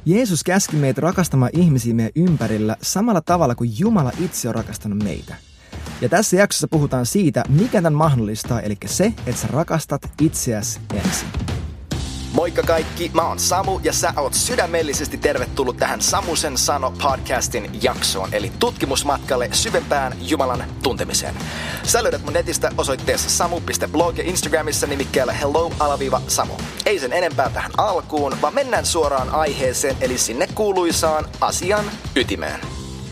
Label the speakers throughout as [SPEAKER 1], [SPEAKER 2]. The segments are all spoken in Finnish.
[SPEAKER 1] Jeesus käski meitä rakastamaan ihmisiä meidän ympärillä samalla tavalla kuin Jumala itse on rakastanut meitä. Ja tässä jaksossa puhutaan siitä, mikä tämän mahdollistaa, eli se, että sä rakastat itseäsi ensin.
[SPEAKER 2] Moikka kaikki, mä oon Samu ja sä oot sydämellisesti tervetullut tähän Samusen sano podcastin jaksoon, eli tutkimusmatkalle syvempään Jumalan tuntemiseen. Sä löydät mun netistä osoitteessa samu.blog ja Instagramissa nimikkeellä hello_Samu. Ei sen enempää tähän alkuun, vaan mennään suoraan aiheeseen, eli sinne kuuluisaan asian ytimeen.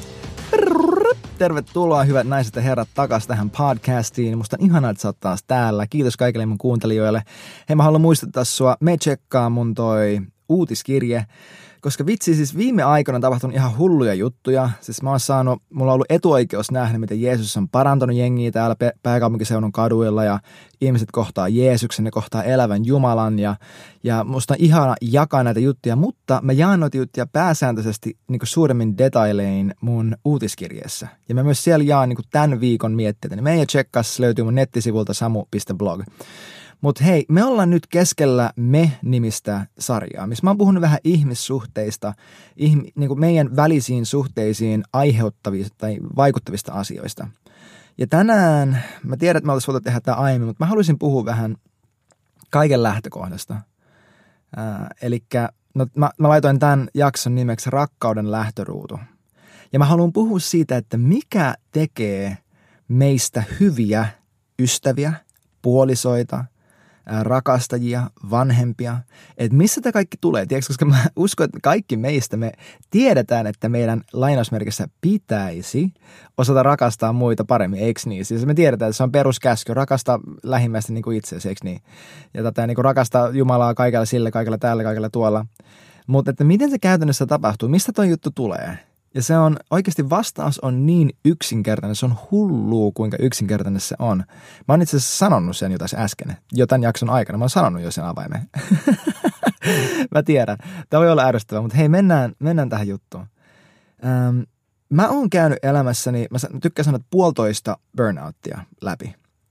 [SPEAKER 1] Tervetuloa hyvät naiset ja herrat takaisin tähän podcastiin. Musta on ihanaa, että sä oot taas täällä. Kiitos kaikille mun kuuntelijoille. Hei, mä haluan muistuttaa sua, me tsekkaa mun toi uutiskirje. Koska vitsi, siis viime aikoina on tapahtunut ihan hulluja juttuja. Siis mulla on ollut etuoikeus nähdä, miten Jeesus on parantanut jengiä täällä pääkaupunkiseudun kaduilla ja ihmiset kohtaa Jeesuksen, ne kohtaa elävän Jumalan ja musta on ihana jakaa näitä juttuja, mutta mä jaan noita juttuja pääsääntöisesti niin kuin suuremmin detailein mun uutiskirjeessä. Ja mä myös siellä jaan niin kuin tämän viikon mietteitä. Niin meidän tsekkas löytyy mun nettisivulta samu.blog. Mutta hei, me ollaan nyt keskellä Me-nimistä sarjaa, missä mä oon puhunut vähän ihmissuhteista, niin kuin meidän välisiin suhteisiin aiheuttavista tai vaikuttavista asioista. Ja tänään, mä tiedän, että mä oltais voitu tehdä tämä aiemmin, mutta mä haluaisin puhua vähän kaiken lähtökohdasta. Elikkä mä laitoin tämän jakson nimeksi Rakkauden lähtöruutu. Ja mä haluan puhua siitä, että mikä tekee meistä hyviä ystäviä, puolisoita, rakastajia, vanhempia, että missä tämä kaikki tulee, tiedätkö, koska mä uskon, että kaikki meistä me tiedetään, että meidän lainausmerkissä pitäisi osata rakastaa muita paremmin, eikö niin? Siis me tiedetään, että se on peruskäsky, rakastaa lähimmäistä niin kuin itseäsi, eikö niin? Ja niin kuin rakastaa Jumalaa kaikella sille, kaikella täällä, kaikella tuolla. Mutta että miten se käytännössä tapahtuu, mistä tuo juttu tulee? Ja se on, oikeasti vastaus on niin yksinkertainen, se on hullua kuinka yksinkertainen se on. Mä oon itse asiassa sanonut sen jo tässä äsken, jo tämän jakson aikana, mä oon sanonut jo sen avaimen. Mä tiedän, tämä voi olla ärsyttävää, mutta hei mennään tähän juttuun. Mä oon käynyt elämässäni, mä tykkään sanoa, että 1,5 burnouttia läpi.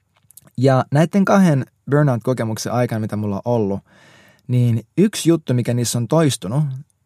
[SPEAKER 1] Ja näiden 2 burnout-kokemuksen aikana, mitä mulla on ollut, niin yksi juttu, mikä niissä on toistunut,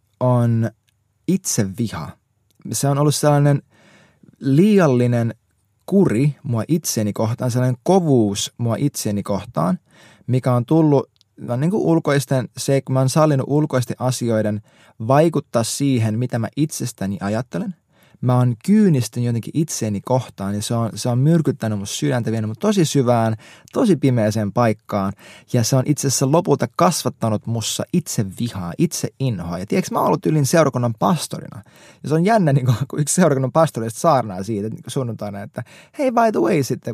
[SPEAKER 1] on itseviha. Se on ollut sellainen liiallinen kuri mua itseeni kohtaan, sellainen kovuus mua itseeni kohtaan, mikä on tullut niin kuin ulkoisten, kun mä oon sallinut ulkoisten asioiden vaikuttaa siihen, mitä mä itsestäni ajattelen. Mä oon kyynistynyt jotenkin itseeni kohtaan ja se on myrkyttänyt mun sydäntä, vienyt mut tosi syvään, tosi pimeäseen paikkaan ja se on itse asiassa lopulta kasvattanut mussa itse vihaa, itse inhoa. Ja tiedätkö, mä oon ollut yli seurakunnan pastorina ja se on jännä, niin kun yksi seurakunnan pastorista saarnaa siitä niin sunnuntaina, että hei by the way sitten,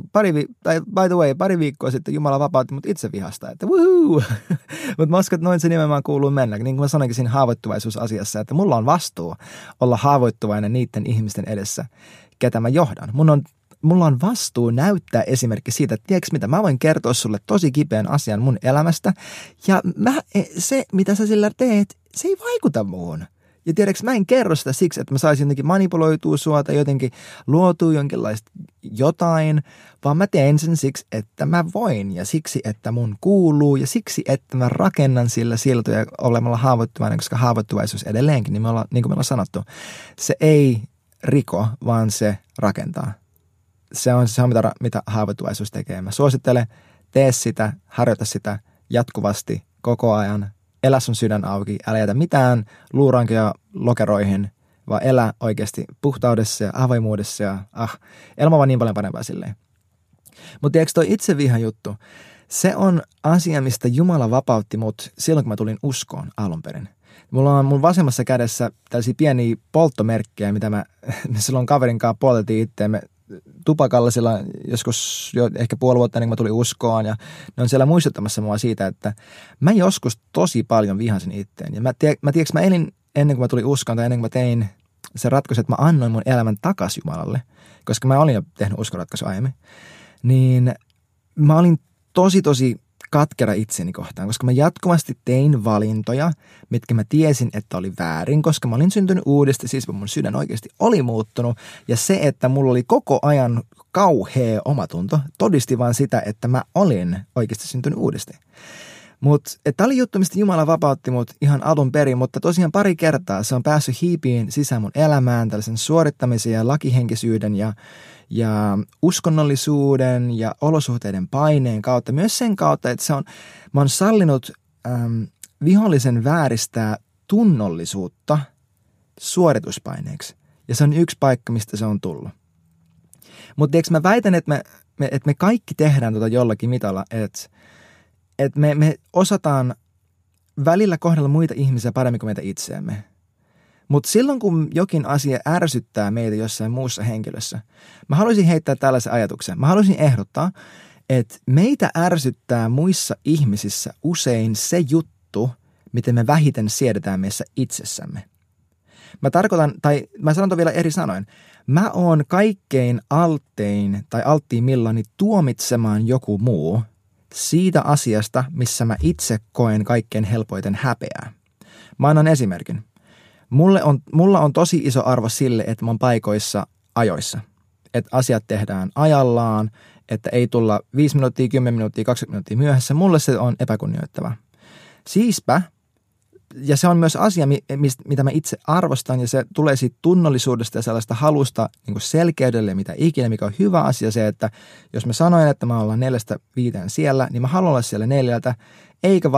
[SPEAKER 1] pari viikkoa sitten Jumala vapautti mut itse vihasta, että woohoo! Mutta mä uskon, että noin se nimenomaan kuuluu mennä, niin kuin mä sanoinkin siinä haavoittuvaisuusasiassa, että mulla on vastuu olla haavoittuvainen niiden ihmisten edessä, ketä mä johdan. Mulla on vastuu näyttää esimerkki siitä, että tiedätkö mitä, mä voin kertoa sulle tosi kipeän asian mun elämästä, ja se, mitä sä sillä teet, se ei vaikuta muuhun. Ja tiedätkö, mä en kerro sitä siksi, että mä saisin jotenkin manipuloitua sua tai jotenkin luotua jonkinlaista jotain, vaan mä teen sen siksi, että mä voin ja siksi, että mun kuuluu ja siksi, että mä rakennan sillä siltoja olemalla haavoittuvainen, koska haavoittuvaisuus edelleenkin, niin kuin me ollaan sanottu, se ei riko, vaan se rakentaa. Se on mitä haavoittuvaisuus tekee. Mä suosittelen, tee sitä, harjoita sitä jatkuvasti, koko ajan. Elä sun sydän auki, älä jätä mitään luurankoja lokeroihin, vaan elä oikeasti puhtaudessa ja avoimuudessa ja elämä vaan niin paljon parempaa silleen. Mutta tiedätkö toi itsevihan juttu, se on asia, mistä Jumala vapautti mut silloin, kun mä tulin uskoon alun perin. Mulla on mun vasemmassa kädessä tällaisia pieniä polttomerkkejä, mitä me silloin kaverin kanssa polteltiin itseämme tupakalla sillä joskus jo ehkä puoli vuotta ennen kuin mä tulin uskoon ja ne on siellä muistuttamassa mua siitä, että mä joskus tosi paljon vihasin itteen. Ja mä elin ennen kuin mä tulin uskoon tai ennen kuin mä tein se ratkaisu, että mä annoin mun elämän takaisin Jumalalle, koska mä olin jo tehnyt uskoratkaisu aiemmin, niin mä olin tosi katkera itseni kohtaan, koska mä jatkuvasti tein valintoja, mitkä mä tiesin, että oli väärin, koska mä olin syntynyt uudesti, siis mun sydän oikeasti oli muuttunut, ja se, että mulla oli koko ajan kauhea omatunto, todisti vaan sitä, että mä olin oikeasti syntynyt uudesti. Mutta tämä oli juttu, mistä Jumala vapautti mut ihan alun perin, mutta tosiaan pari kertaa se on päässyt hiipiin sisään mun elämään tällaisen suorittamisen ja lakihenkisyyden ja uskonnollisuuden ja olosuhteiden paineen kautta. Myös sen kautta, että mä oon sallinut vihollisen vääristää tunnollisuutta suorituspaineeksi. Ja se on yksi paikka, mistä se on tullut. Mutta mä väitän, että me kaikki tehdään jollakin mitalla, että me osataan välillä kohdella muita ihmisiä paremmin kuin meitä itseämme. Mutta silloin, kun jokin asia ärsyttää meitä jossain muussa henkilössä, mä haluaisin heittää tällaisen ajatuksen. Mä haluaisin ehdottaa, että meitä ärsyttää muissa ihmisissä usein se juttu, miten me vähiten siedetään meissä itsessämme. Mä sanon vielä eri sanoin. Mä oon kaikkein alttiimmillani tuomitsemaan joku muu siitä asiasta, missä mä itse koen kaikkein helpoiten häpeää. Mä annan esimerkin. Mulla on tosi iso arvo sille, että mä oon paikoissa ajoissa. Että asiat tehdään ajallaan, että ei tulla 5 minuuttia, 10 minuuttia, 20 minuuttia myöhässä. Mulle se on epäkunnioittava. Siispä, ja se on myös asia, mitä mä itse arvostan, ja se tulee siitä tunnollisuudesta ja sellaista halusta niin selkeydelle, mitä ikinä, mikä on hyvä asia se, että jos mä sanoin, että mä ollaan 4-5 siellä, niin mä haluan olla siellä 4, eikä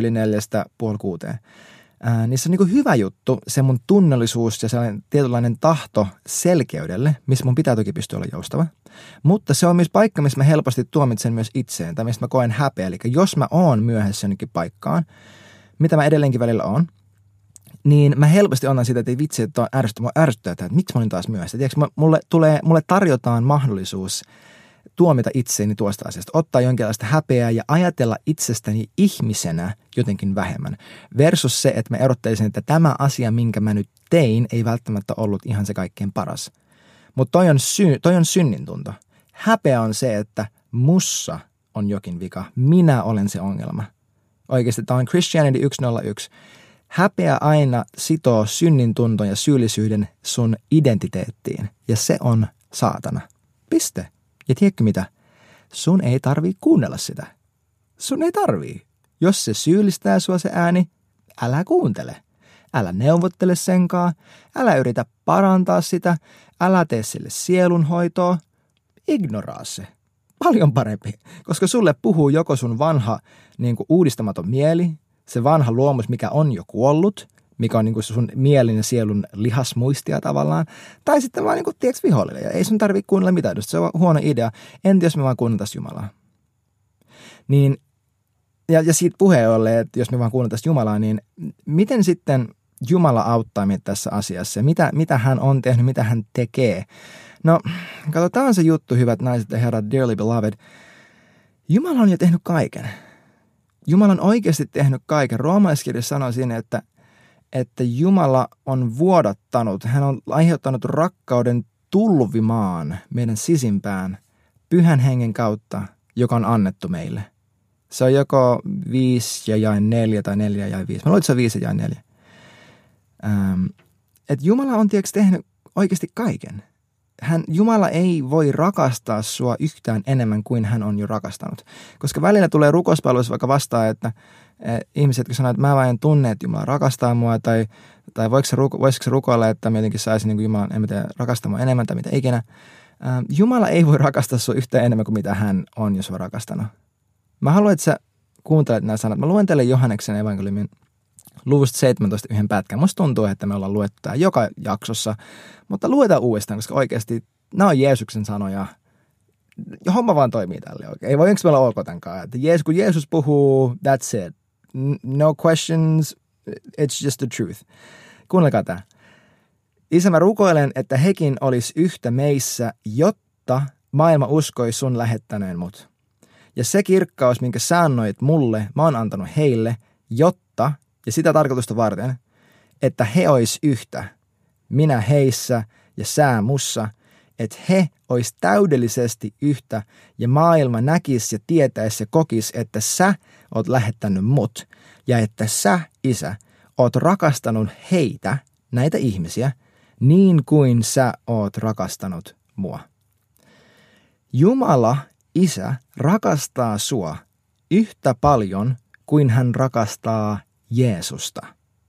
[SPEAKER 1] 4:45. Niin se on niin hyvä juttu, se mun tunnollisuus ja sellainen tietynlainen tahto selkeydelle, missä mun pitää toki pystyä olla joustava. Mutta se on myös paikka, missä mä helposti tuomitsen myös itseen, tai missä mä koen häpeä. Eli jos mä oon myöhässä jonnekin paikkaan, mitä mä edelleenkin välillä on, niin mä helposti annan sitä, että ei vitsi, että ärsyttää, että miksi mä olin taas myöhässä. Tiedätkö, mulle tarjotaan mahdollisuus tuomita itseäni tuosta asiasta, ottaa jonkinlaista häpeää ja ajatella itsestäni ihmisenä jotenkin vähemmän. Versus se, että mä erottaisin, että tämä asia, minkä mä nyt tein, ei välttämättä ollut ihan se kaikkein paras. Mutta toi on synnintunto. Häpeä on se, että mussa on jokin vika. Minä olen se ongelma. Oikeasti tämä on Christianity 101. Häpeä aina sitoo synnintunton ja syyllisyyden sun identiteettiin. Ja se on saatana. Piste. Ja tiedätkö mitä? Sun ei tarvii kuunnella sitä. Sun ei tarvii. Jos se syyllistää sua se ääni, älä kuuntele. Älä neuvottele senkaan. Älä yritä parantaa sitä. Älä tee sille sielunhoitoa. Ignoraa se. Paljon parempi, koska sulle puhuu joko sun vanha uudistamaton mieli, se vanha luomus, mikä on jo kuollut, mikä on sun mielin ja sielun lihasmuistia tavallaan, tai sitten vaan vihollinen. Ja ei sun tarvitse kuunnella mitään, se on huono idea. Entä jos me vaan kuunneltaisiin Jumalaa? Niin, ja siitä puheen ollen, että jos me vaan kuunneltaisiin Jumalaa, niin miten sitten Jumala auttaa meitä tässä asiassa? Mitä hän on tehnyt, mitä hän tekee? No, katsotaan se juttu, hyvät naiset ja herrat, dearly beloved. Jumala on jo tehnyt kaiken. Jumala on oikeasti tehnyt kaiken. Roomalaiskirja sanoo siinä, että Jumala on vuodattanut, hän on aiheuttanut rakkauden tulvimaan meidän sisimpään pyhän hengen kautta, joka on annettu meille. Se on joko 5:4 tai 4:5. Mä luulen, että se on 5:4. Että Jumala on tehnyt oikeasti kaiken. Jumala ei voi rakastaa sua yhtään enemmän kuin hän on jo rakastanut. Koska välillä tulee rukouspalveluissa vaikka vastaan, että ihmiset, jotka sanoo, että mä vain en tunne, että Jumala rakastaa mua, tai voisiko se rukoilla, että mä jotenkin saisin Jumalan rakastaa mua enemmän tai mitä ikinä. Jumala ei voi rakastaa sua yhtään enemmän kuin mitä hän on jo sua rakastanut. Mä haluan, että sä kuuntelet nämä sanat. Mä luen teille Johanneksen evankeliumin luvusta 17 yhden pätkän. Musta tuntuu, että me ollaan luettu tämä joka jaksossa, mutta luetaan uudestaan, koska oikeasti nämä on Jeesuksen sanoja. Ja homma vaan toimii tälle oikein. Ei voi onko meillä ok tämänkaan. Että kun Jeesus puhuu, that's it. No questions, it's just the truth. Kuunnelkaa tämä. Isä, mä rukoilen, että hekin olisi yhtä meissä, jotta maailma uskoisi sun lähettäneen mut. Ja se kirkkaus, minkä sä annoit mulle, mä oon antanut heille, jotta, ja sitä tarkoitusta varten, että he ois yhtä, minä heissä ja sä mussa, että he ois täydellisesti yhtä ja maailma näkisi ja tietäisi ja kokisi, että sä oot lähettänyt mut ja että sä, Isä, oot rakastanut heitä, näitä ihmisiä, niin kuin sä oot rakastanut mua. Jumala, Isä, rakastaa sua yhtä paljon kuin hän rakastaa Jeesusta.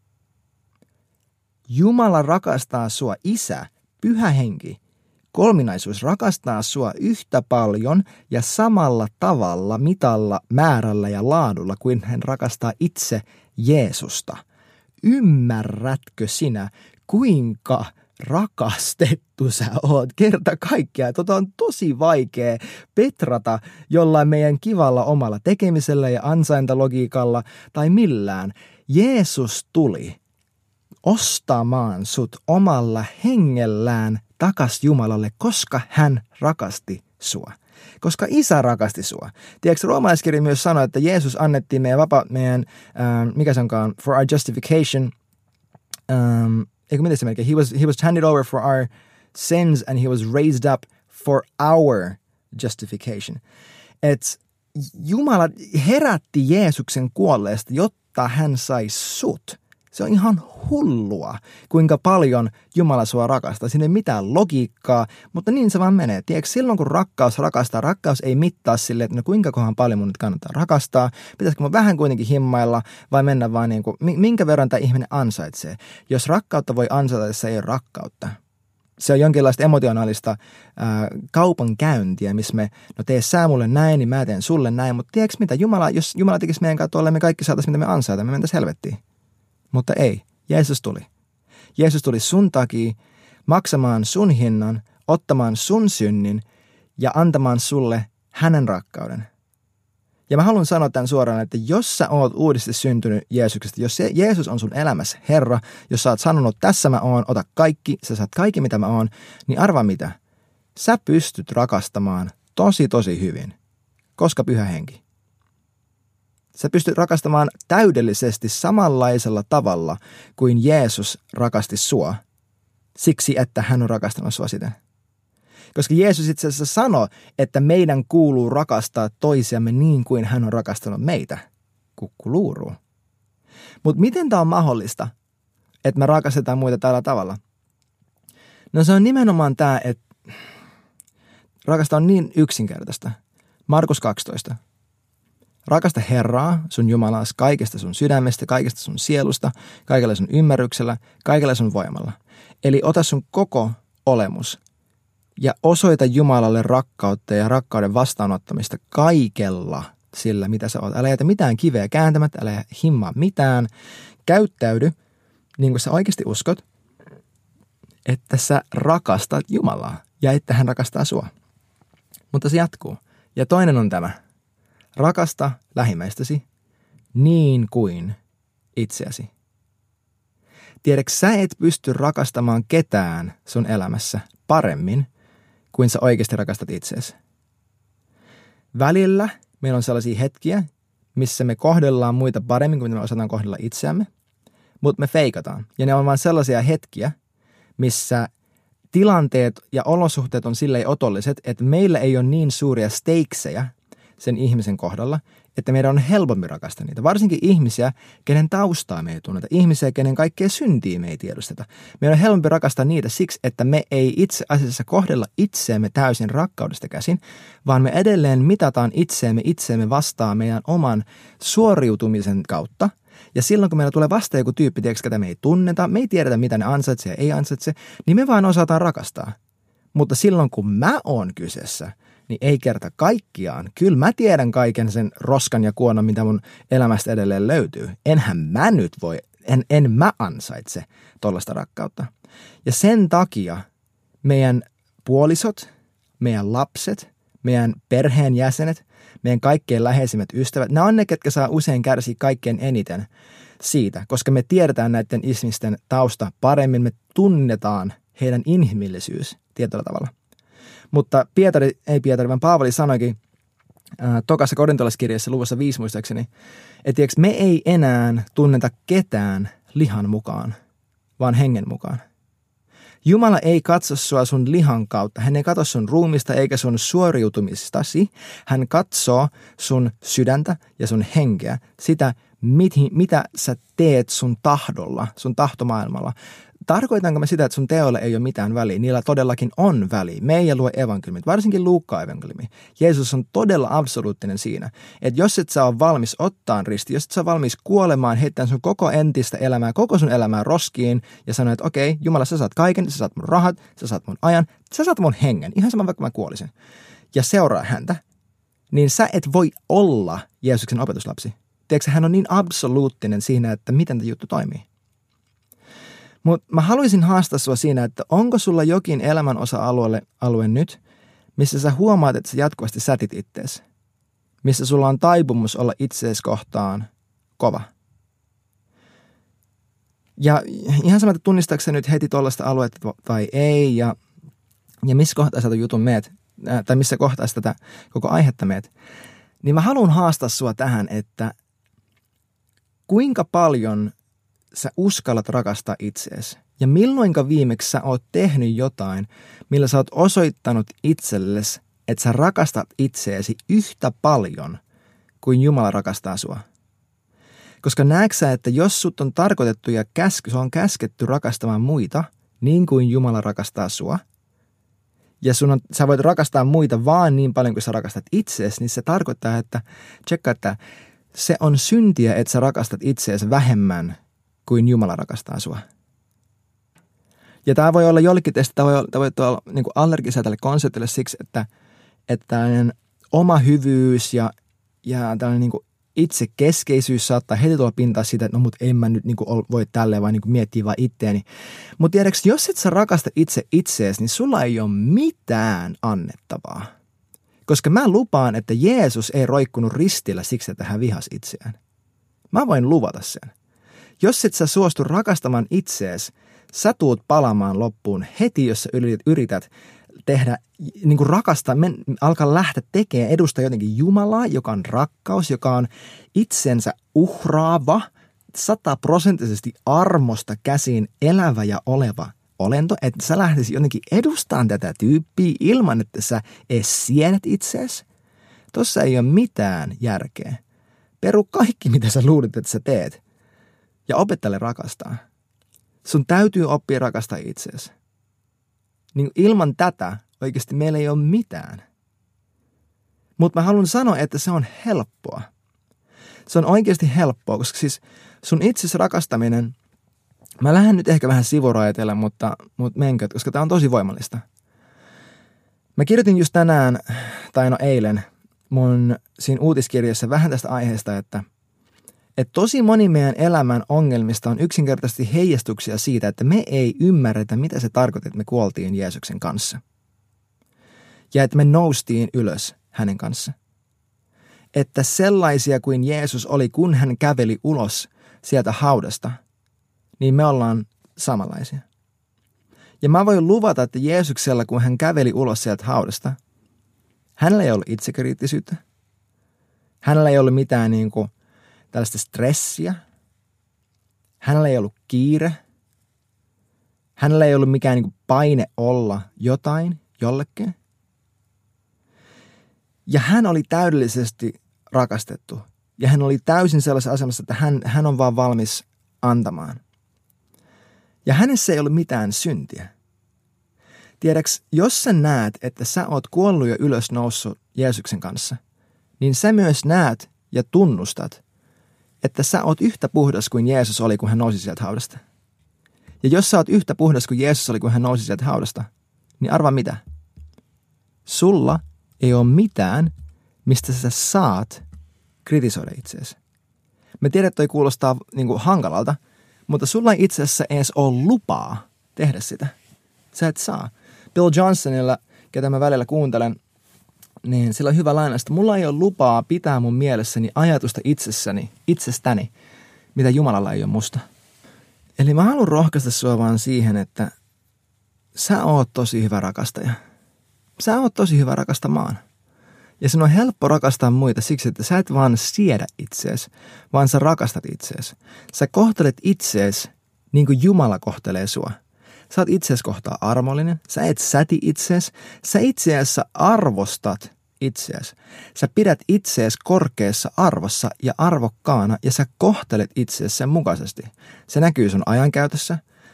[SPEAKER 1] Jumala rakastaa sua, Isä, Pyhä Henki. Kolminaisuus rakastaa sua yhtä paljon ja samalla tavalla, mitalla, määrällä ja laadulla kuin hän rakastaa itse Jeesusta. Ymmärrätkö sinä, kuinka rakastettu sä oot kerta kaikkiaan? Tota on tosi vaikea petrata jollain meidän kivalla omalla tekemisellä ja ansaintalogiikalla tai millään. Jeesus tuli ostamaan sut omalla hengellään takas Jumalalle, koska hän rakasti sua. Koska Isä rakasti sua. Tiedätkö, roomalaiskirja myös sanoi, että Jeesus annettiin mikä se onkaan, for our justification. Eikö miten se melkein? He was handed over for our sins and he was raised up for our justification. Et Jumala herätti Jeesuksen kuolleesta, jotta hän sai sut. Se on ihan hullua, kuinka paljon Jumala sua rakastaa. Siinä ei mitään logiikkaa, mutta niin se vaan menee. Tiedätkö, silloin kun rakkaus ei mittaa silleen, että no kuinka kohan paljon mun nyt kannattaa rakastaa. Pitäisikö mun vähän kuitenkin himmailla vai mennä vaan niin kuin, minkä verran tämä ihminen ansaitsee. Jos rakkautta voi ansaita, se ei ole rakkautta. Se on jonkinlaista emotionaalista kaupankäyntiä, missä tee sä mulle näin, niin mä teen sulle näin. Mutta tiedätkö mitä, jos Jumala tekisi meidän kanssa tuolle, me kaikki saataisiin mitä me ansaita, me mentäisiin helvettiin. Mutta ei, Jeesus tuli. Jeesus tuli sun takia maksamaan sun hinnan, ottamaan sun synnin ja antamaan sulle hänen rakkauden. Ja mä haluan sanoa tämän suoraan, että jos sä oot uudesti syntynyt Jeesuksesta, jos Jeesus on sun elämässä Herra, jos sä oot sanonut, tässä mä oon, ota kaikki, sä saat kaikki mitä mä oon, niin arvaa mitä? Sä pystyt rakastamaan tosi hyvin, koska Pyhä Henki. Sä pystyt rakastamaan täydellisesti samanlaisella tavalla kuin Jeesus rakasti sua, siksi että hän on rakastanut sua siten. Koska Jeesus itse asiassa sanoi, että meidän kuuluu rakastaa toisiamme niin kuin hän on rakastanut meitä. Kukkuluuruu. Mutta miten tämä on mahdollista, että me rakastetaan muita tällä tavalla? No se on nimenomaan tämä, että rakastaa on niin yksinkertaista. Markus 12. Rakasta Herraa, sun Jumalaa, kaikesta sun sydämestä, kaikesta sun sielusta, kaikella sun ymmärryksellä, kaikella sun voimalla. Eli ota sun koko olemus ja osoita Jumalalle rakkautta ja rakkauden vastaanottamista kaikella sillä, mitä sä oot. Älä jätä mitään kiveä kääntämättä, älä himmaa mitään. Käyttäydy, niin kuin sä oikeasti uskot, että sä rakastat Jumalaa ja että hän rakastaa sua. Mutta se jatkuu. Ja toinen on tämä. Rakasta lähimmäistäsi niin kuin itseäsi. Tiedätkö, sä et pysty rakastamaan ketään sun elämässä paremmin kuin sä oikeasti rakastat itseäsi. Välillä meillä on sellaisia hetkiä, missä me kohdellaan muita paremmin kuin me osataan kohdella itseämme, mutta me feikataan. Ja ne on vain sellaisia hetkiä, missä tilanteet ja olosuhteet on silleen otolliset, että meillä ei ole niin suuria stakesejä sen ihmisen kohdalla, että meidän on helpompi rakastaa niitä. Varsinkin ihmisiä, kenen taustaa me ei tunneta. Ihmisiä, kenen kaikkea syntiä me ei tiedosteta. Meidän on helpompi rakastaa niitä siksi, että me ei itse asiassa kohdella itseämme täysin rakkaudesta käsin, vaan me edelleen mitataan itseämme vastaan meidän oman suoriutumisen kautta. Ja silloin, kun meillä tulee vastaan joku tyyppi, tiedätkö, ketä me ei tunneta, me ei tiedetä, mitä ne ansaitsee ja ei ansaitse, niin me vaan osataan rakastaa. Mutta silloin, kun mä oon kyseessä, niin ei kerta kaikkiaan. Kyllä mä tiedän kaiken sen roskan ja kuonon, mitä mun elämästä edelleen löytyy. Enhän mä nyt voi, en mä ansaitse tollaista rakkautta. Ja sen takia meidän puolisot, meidän lapset, meidän perheenjäsenet, meidän kaikkein läheisimmät ystävät, nämä on ne, ketkä saa usein kärsiä kaikkein eniten siitä, koska me tiedetään näiden ihmisten tausta paremmin, me tunnetaan heidän inhimillisyys tietyllä tavalla. Mutta vaan Paavali sanoikin tokassa korintolaiskirjassa luvussa 5 muistaakseni, että me ei enää tunneta ketään lihan mukaan, vaan hengen mukaan. Jumala ei katso sua sun lihan kautta, hän ei katso sun ruumista eikä sun suoriutumistasi, hän katsoo sun sydäntä ja sun henkeä, sitä mitä sä teet sun tahdolla, sun tahtomaailmalla. tarkoitanko mä sitä, että sun teolle ei ole mitään väliä? Niillä todellakin on väliä. Me ei lue evankeliumit, varsinkin Luukkaan evankeliumi. Jeesus on todella absoluuttinen siinä, että jos et sä ole valmis ottaa risti, jos et sä ole valmis kuolemaan, heittämään sun koko entistä elämää, koko sun elämää roskiin ja sanoa, että okei, Jumala, sä saat kaiken, sä saat mun rahat, sä saat mun ajan, sä saat mun hengen, ihan sama vaikka mä kuolisin, ja seuraa häntä, niin sä et voi olla Jeesuksen opetuslapsi. Tiedätkö, hän on niin absoluuttinen siinä, että miten tämä juttu toimii. Mutta mä haluaisin haastaa sua siinä, että onko sulla jokin elämän osa-alue nyt, missä sä huomaat, että sä jatkuvasti sätit ittees. Missä sulla on taipumus olla itseesi kohtaan kova. Ja ihan sama, että tunnistaako sä nyt heti tuollaista aluetta vai ei, ja missä kohtaa sä jutun meet, tai missä kohtaa tätä koko aihetta meet, niin mä haluan haastaa sua tähän, että kuinka paljon sä uskallat rakastaa itseesi. Ja milloinka viimeksi sä oot tehnyt jotain, millä sä oot osoittanut itsellesi, että sä rakastat itseesi yhtä paljon kuin Jumala rakastaa sua. Koska näetkö sä, että jos sut on tarkoitettu ja sua on käsketty rakastamaan muita niin kuin Jumala rakastaa sua, ja sä voit rakastaa muita vaan niin paljon kuin sä rakastat itseesi, niin se tarkoittaa, että se on syntiä, että sä rakastat itseesi vähemmän kuin Jumala rakastaa sua. Ja tämä voi olla jollekin teistä, tämä voi olla niin kuin allergisia tälle konseptille siksi, että tällainen oma hyvyys ja tällainen niin kuin itsekeskeisyys saattaa heti tulla pintaa siitä, että no mut en mä nyt niin kuin voi tälleen vaan niin kuin miettiä vaan itteeni. Mutta tiedätkö, jos et sä rakasta itseesi, niin sulla ei ole mitään annettavaa. Koska mä lupaan, että Jeesus ei roikkunut ristillä siksi, että hän vihasi itseään. Mä voin luvata sen. Jos et sä suostu rakastamaan itseesi, sä tuut palamaan loppuun heti, jos sä yrität tehdä, niin kuin rakastaa, alkaa lähteä tekemään, edustaa jotenkin Jumalaa, joka on rakkaus, joka on itsensä uhraava, 100% armosta käsin elävä ja oleva olento, että sä lähtisit jotenkin edustamaan tätä tyyppiä ilman, että sä edes siedät itseäsi. Tossa ei ole mitään järkeä. Peru kaikki, mitä sä luulet, että sä teet. Ja opettele rakastaa. Sun täytyy oppia rakastaa itseäsi. Niin ilman tätä oikeasti meillä ei ole mitään. Mutta mä haluan sanoa, että se on helppoa. Se on oikeasti helppoa, koska siis sun itsesi rakastaminen, mä lähden nyt ehkä vähän sivuraiteille, mutta menkö, koska tää on tosi voimallista. Mä kirjoitin just tänään, tai no eilen, mun siinä uutiskirjassa vähän tästä aiheesta, että tosi moni meidän elämän ongelmista on yksinkertaisesti heijastuksia siitä, että me ei ymmärretä, mitä se tarkoittaa, että me kuoltiin Jeesuksen kanssa. Ja että me noustiin ylös hänen kanssa. Että sellaisia kuin Jeesus oli, kun hän käveli ulos sieltä haudasta, niin me ollaan samanlaisia. Ja mä voin luvata, että Jeesuksella, kun hän käveli ulos sieltä haudasta, hänellä ei ollut itsekriittisyyttä. Hänellä ei ollut mitään niin kuin tällaista stressiä. Hänellä ei ollut kiire. Hänellä ei ollut mikään niin kuin paine olla jotain jollekin. Ja hän oli täydellisesti rakastettu. Ja hän oli täysin sellaisessa asemassa, että hän on vaan valmis antamaan. Ja hänessä ei ollut mitään syntiä. Tiedäks, jos sä näet, että sä oot kuollut ja ylös noussut Jeesuksen kanssa, niin sä myös näet ja tunnustat, että sä oot yhtä puhdas kuin Jeesus oli, kun hän nousi sieltä haudasta. Ja jos sä oot yhtä puhdas kuin Jeesus oli, kun hän nousi sieltä haudasta, niin arvaa mitä? Sulla ei ole mitään, mistä sä saat kritisoida itseäsi. Mä tiedän, että toi kuulostaa niin kuin hankalalta, mutta sulla ei itse asiassa edes ole lupaa tehdä sitä. Sä et saa. Bill Johnsonilla, ketä mä välillä kuuntelen, niin sillä on hyvä lainaus, mulla ei ole lupaa pitää mun mielessäni ajatusta itsestäni, mitä Jumalalla ei ole musta. Eli mä haluan rohkaista sua vaan siihen, että sä oot tosi hyvä rakastaja. Sä oot tosi hyvä rakastamaan. Ja sun on helppo rakastaa muita siksi, että sä et vaan siedä itseesi, vaan sä rakastat itseesi. Sä kohtelet itseesi niin kuin Jumala kohtelee sua. Sä oot itseesi kohtaa armollinen, sä et säti itseesi, sä itse asiassa arvostat itseäsi. Sä pidät itseäsi korkeassa arvossa ja arvokkaana ja sä kohtelet itseäsi sen mukaisesti. Se näkyy sun ajankäytössä,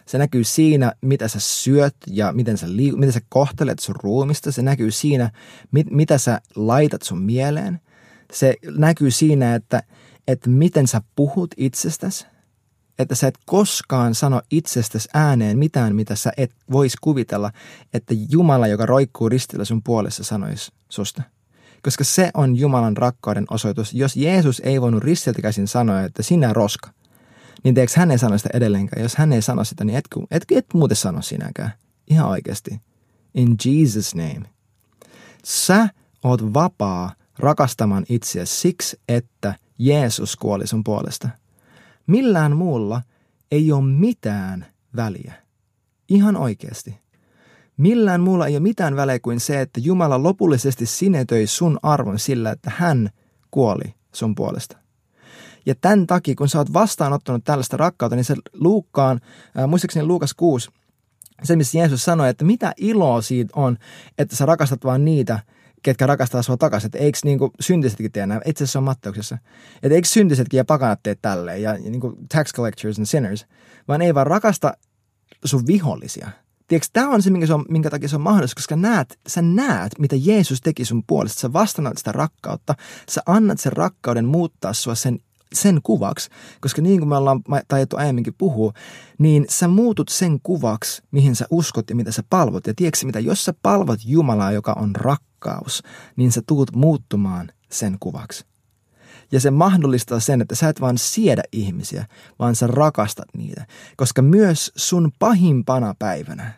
[SPEAKER 1] Se näkyy siinä, mitä sä syöt ja miten sä kohtelet sun ruumista. Se näkyy siinä, mitä sä laitat sun mieleen. Se näkyy siinä, että miten sä puhut itsestäsi. Että sä et koskaan sano itsestäsi ääneen mitään, mitä sä et vois kuvitella, että Jumala, joka roikkuu ristillä sun puolessa, sanoisi susta. Koska se on Jumalan rakkauden osoitus. Jos Jeesus ei voinut ristiltä käsin sanoa, että sinä roska, niin teekö hän ei sano sitä edelleenkään? Jos hän ei sano sitä, niin et muuten sano sinäkään. Ihan oikeasti. In Jesus' name. Sä oot vapaa rakastamaan itseäsi siksi, että Jeesus kuoli sun puolesta. Millään muulla ei ole mitään väliä. Ihan oikeasti. Millään muulla ei ole mitään väliä kuin se, että Jumala lopullisesti sinetöi sun arvon sillä, että hän kuoli sun puolesta. Ja tämän takia, kun sä oot vastaanottanut tällaista rakkautta, niin se muistaakseni Luukas 6, se missä Jeesus sanoi, että mitä iloa siitä on, että sä rakastat vaan niitä, ketkä rakastaa sua takaisin. Että eikö niin syntisetkin tee näin? Itse asiassa se on Matteuksessa. Että eikö syntisetkin ja pakanat tee tälleen ja niin tax collectors and sinners, vaan ei vaan rakasta sun vihollisia. Tiedätkö, tämä on se, minkä takia se on mahdollista, koska sä näet, mitä Jeesus teki sun puolesta. Sä vastaanot sitä rakkautta, sä annat sen rakkauden muuttaa sua sen kuvaksi, koska niin kuin me ollaan taidettu aiemminkin puhua, niin sä muutut sen kuvaksi, mihin sä uskot ja mitä sä palvot. Ja tiedätkö mitä, jos sä palvot Jumalaa, joka on rakkaus, niin sä tuut muuttumaan sen kuvaksi. Ja se mahdollistaa sen, että sä et vaan siedä ihmisiä, vaan sä rakastat niitä. Koska myös sun pahimpana päivänä,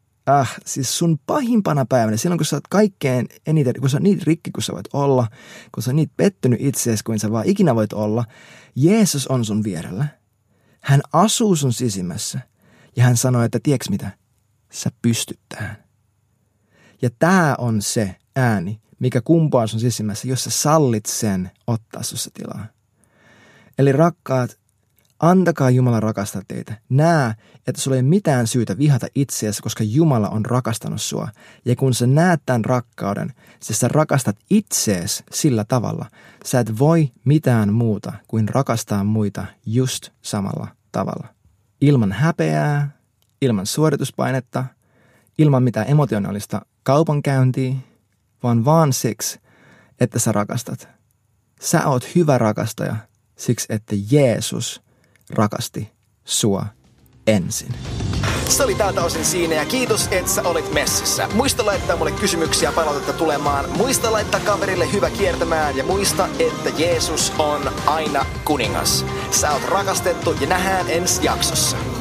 [SPEAKER 1] sun pahimpana päivänä, silloin kun sä oot kaikkein eniten, kun sä oot niin rikki kuin sä voit olla, kun sä oot niin pettynyt itseesi kuin sä vaan ikinä voit olla, Jeesus on sun vierellä. Hän asuu sun sisimmässä ja hän sanoo, että tiedätkö mitä, sä pystyt tähän. Ja tää on se ääni, mikä kumpuaa sun sisimmässä, jos sä sallit sen ottaa sussa tilaa. Eli rakkaat, antakaa Jumala rakastaa teitä. Näe, että sulla ei ole mitään syytä vihata itseäsi, koska Jumala on rakastanut sua. Ja kun sä näet tämän rakkauden, sä rakastat itseäsi sillä tavalla, sä et voi mitään muuta kuin rakastaa muita just samalla tavalla. Ilman häpeää, ilman suorituspainetta, ilman mitään emotionaalista kaupankäyntiä, vaan siksi, että sä rakastat. Sä oot hyvä rakastaja siksi, että Jeesus rakasti sua ensin.
[SPEAKER 2] Se oli tältä osin siinä ja kiitos, että sä olit messissä. Muista laittaa mulle kysymyksiä ja palautetta tulemaan. Muista laittaa kaverille hyvä kiertämään ja muista, että Jeesus on aina kuningas. Sä oot rakastettu ja nähdään ensi jaksossa.